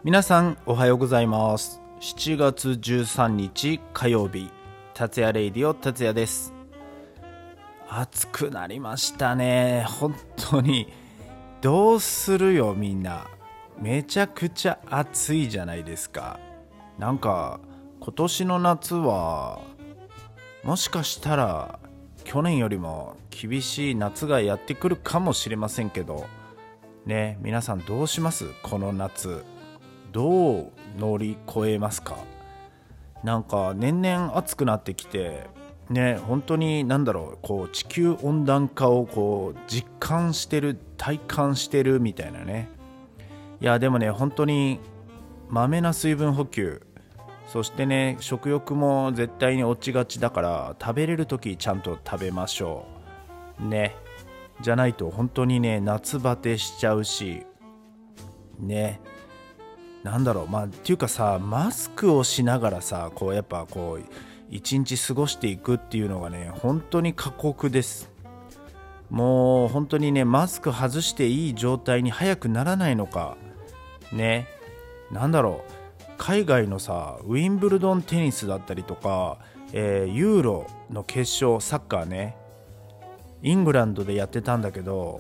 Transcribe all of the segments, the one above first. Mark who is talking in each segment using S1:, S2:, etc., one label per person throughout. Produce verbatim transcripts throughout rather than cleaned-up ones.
S1: 皆さんおはようございます。しちがつじゅうさんにち火曜日、達也レイディオ達也です。暑くなりましたね。本当にどうするよみんな。めちゃくちゃ暑いじゃないですか。なんか今年の夏はもしかしたら去年よりも厳しい夏がやってくるかもしれませんけどね、皆さんどうします？この夏どう乗り越えますか？なんか年々暑くなってきてね、本当に何だろう、こう地球温暖化をこう実感してる、体感してるみたいなね。いやでもね、本当にまめな水分補給、そしてね、食欲も絶対に落ちがちだから、食べれるときちゃんと食べましょうね。じゃないと本当にね、夏バテしちゃうしね。なんだろう、まあっていうかさ、マスクをしながらさ、こうやっぱこう一日過ごしていくっていうのがね、本当に過酷です。もう本当にね、マスク外していい状態に早くならないのかね。なんだろう、海外のさ、ウィンブルドンテニスだったりとか、えー、ユーロの決勝サッカーね、イングランドでやってたんだけど、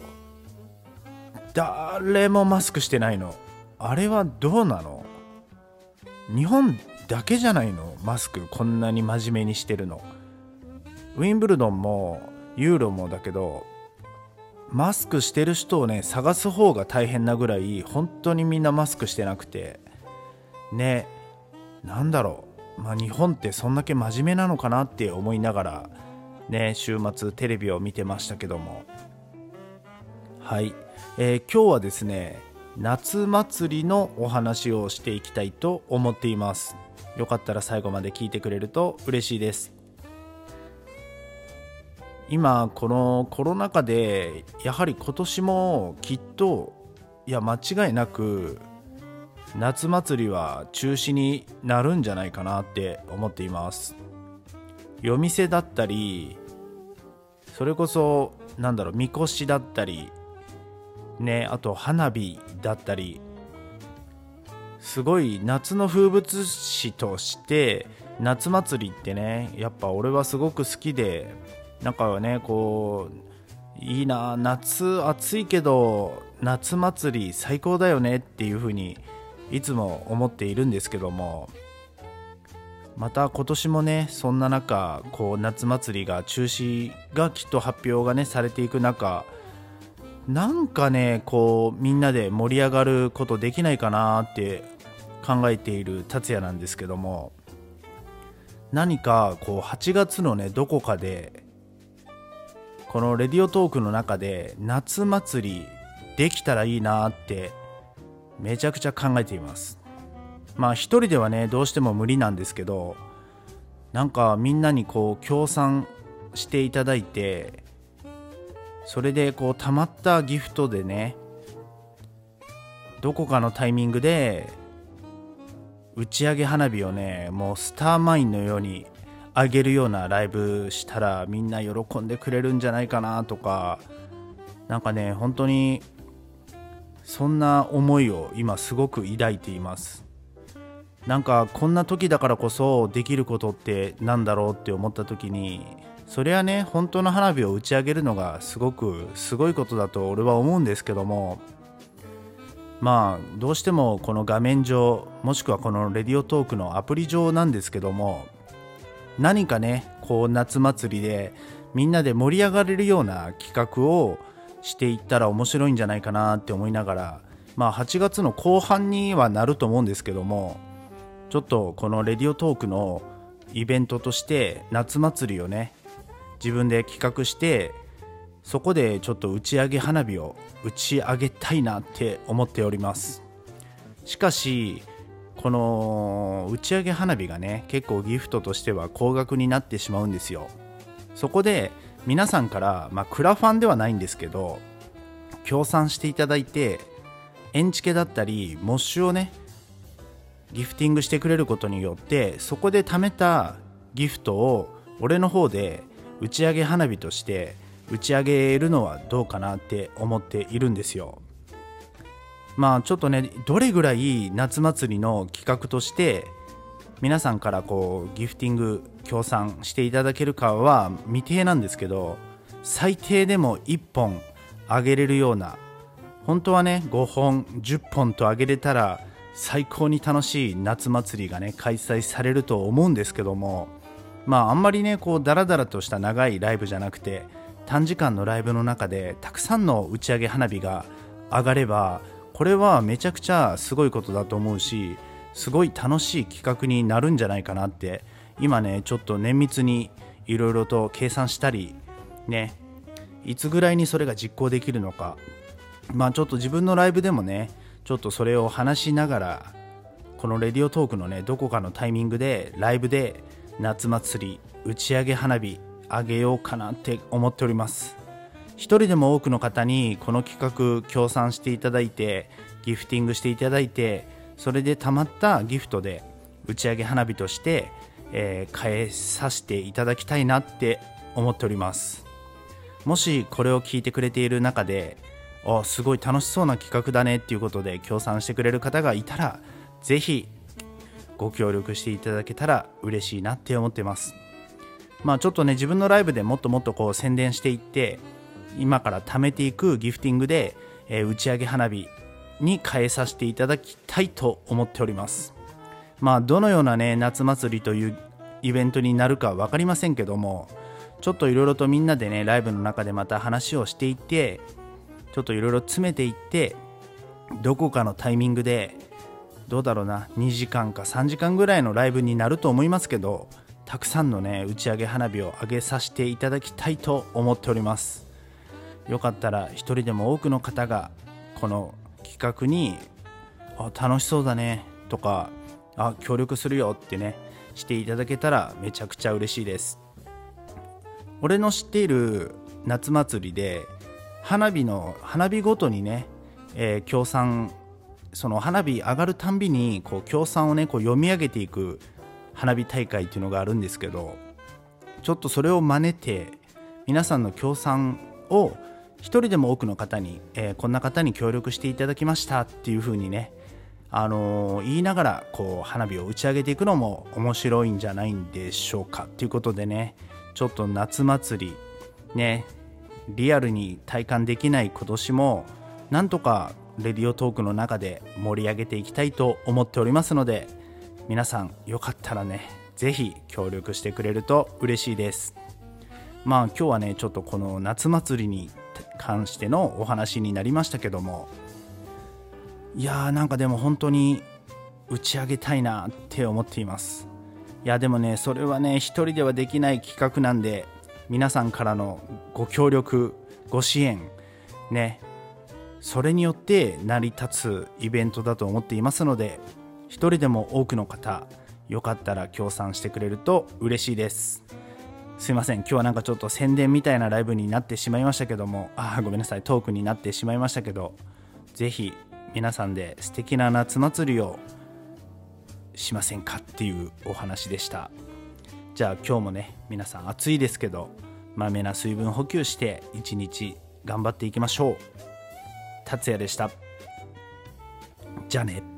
S1: 誰もマスクしてないの。あれはどうなの？日本だけじゃないの？マスクこんなに真面目にしてるの。ウィンブルドンもユーロもだけど、マスクしてる人をね、探す方が大変なぐらい本当にみんなマスクしてなくてね。なんだろう、まあ日本ってそんだけ真面目なのかなって思いながらね、週末テレビを見てましたけども、はい、えー、今日はですね、夏祭りのお話をしていきたいと思っています。よかったら最後まで聞いてくれると嬉しいです。今このコロナ禍でやはり今年もきっと、いや間違いなく夏祭りは中止になるんじゃないかなって思っています。夜店だったり、それこそなんだろう、みこしだったりね、あと花火だったり、すごい夏の風物詩として夏祭りってね、やっぱ俺はすごく好きで、なんかね、こういいな、夏暑いけど夏祭り最高だよねっていう風にいつも思っているんですけども、また今年もね、そんな中こう夏祭りが中止がきっと発表がねされていく中、なんかね、こうみんなで盛り上がることできないかなって考えている達也なんですけども、何かこうはちがつのね、どこかでこのレディオトークの中で夏祭りできたらいいなってめちゃくちゃ考えています。まあ一人ではねどうしても無理なんですけど、なんかみんなにこう協賛していただいて、それでこう溜まったギフトでね、どこかのタイミングで打ち上げ花火をね、もうスターマインのように上げるようなライブしたらみんな喜んでくれるんじゃないかなとか、なんかね、本当にそんな思いを今すごく抱いています。なんかこんな時だからこそできることってなんだろうって思った時に、それはね、本当の花火を打ち上げるのがすごくすごいことだと俺は思うんですけども、まあどうしてもこの画面上、もしくはこのレディオトークのアプリ上なんですけども、何かね、こう夏祭りでみんなで盛り上がれるような企画をしていったら面白いんじゃないかなって思いながら、まあはちがつの後半にはなると思うんですけども、ちょっとこのレディオトークのイベントとして夏祭りをね、自分で企画して、そこでちょっと打ち上げ花火を打ち上げたいなって思っております。しかしこの打ち上げ花火がね、結構ギフトとしては高額になってしまうんですよ。そこで皆さんから、まあクラファンではないんですけど、協賛していただいて、エンチケだったりモッシュをねギフティングしてくれることによって、そこで貯めたギフトを俺の方で打ち上げ花火として打ち上げるのはどうかなって思っているんですよ。 まあちょっとね、どれぐらい夏祭りの企画として皆さんからこうギフティング協賛していただけるかは未定なんですけど、最低でもいっぽんあげれるような、本当はねごほんじゅっぽんとあげれたら最高に楽しい夏祭りがね開催されると思うんですけども、まああんまりねこうダラダラとした長いライブじゃなくて、短時間のライブの中でたくさんの打ち上げ花火が上がれば、これはめちゃくちゃすごいことだと思うし、すごい楽しい企画になるんじゃないかなって、今ねちょっと綿密にいろいろと計算したりね、いつぐらいにそれが実行できるのか、まあちょっと自分のライブでもねちょっとそれを話しながら、このレディオトークのねどこかのタイミングでライブで夏祭り打ち上げ花火あげようかなって思っております。一人でも多くの方にこの企画協賛していただいて、ギフティングしていただいて、それでたまったギフトで打ち上げ花火として、えー、返させていただきたいなって思っております。もしこれを聞いてくれている中で、あ、すごい楽しそうな企画だねっていうことで協賛してくれる方がいたら、ぜひご協力していただけたら嬉しいなって思ってます。まあちょっとね自分のライブでもっともっとこう宣伝していって、今から貯めていくギフティングで、えー、打ち上げ花火に変えさせていただきたいと思っております。まあどのようなね夏祭りというイベントになるか分かりませんけども、ちょっといろいろとみんなでねライブの中でまた話をしていって、ちょっといろいろ詰めていって、どこかのタイミングでどうだろうな、にじかんかさんじかんぐらいのライブになると思いますけど、たくさんのね打ち上げ花火を上げさせていただきたいと思っております。よかったら一人でも多くの方がこの企画にあ楽しそうだねとか、あ協力するよってねしていただけたらめちゃくちゃ嬉しいです。俺の知っている夏祭りで花火の花火ごとにね、えー、協賛、その花火上がるたんびにこう協賛をねこう読み上げていく花火大会っていうのがあるんですけど、ちょっとそれを真似て皆さんの協賛を一人でも多くの方に、えー、こんな方に協力していただきましたっていう風にね、あのー、言いながらこう花火を打ち上げていくのも面白いんじゃないんでしょうかっていうことでね、ちょっと夏祭りねリアルに体感できない今年もなんとかレディオトークの中で盛り上げていきたいと思っておりますので、皆さんよかったらねぜひ協力してくれると嬉しいです。まあ今日はねちょっとこの夏祭りに関してのお話になりましたけども、いやーなんかでも本当に打ち上げたいなって思っています。いやでもねそれはね一人ではできない企画なんで、皆さんからのご協力ご支援ね、それによって成り立つイベントだと思っていますので、一人でも多くの方よかったら協賛してくれると嬉しいです。すいません、今日はなんかちょっと宣伝みたいなライブになってしまいましたけども、あごめんなさいトークになってしまいましたけど、ぜひ皆さんで素敵な夏祭りをしませんかっていうお話でした。じゃあ今日もね皆さん暑いですけどまめな水分補給して一日頑張っていきましょう。達也でした。じゃあね。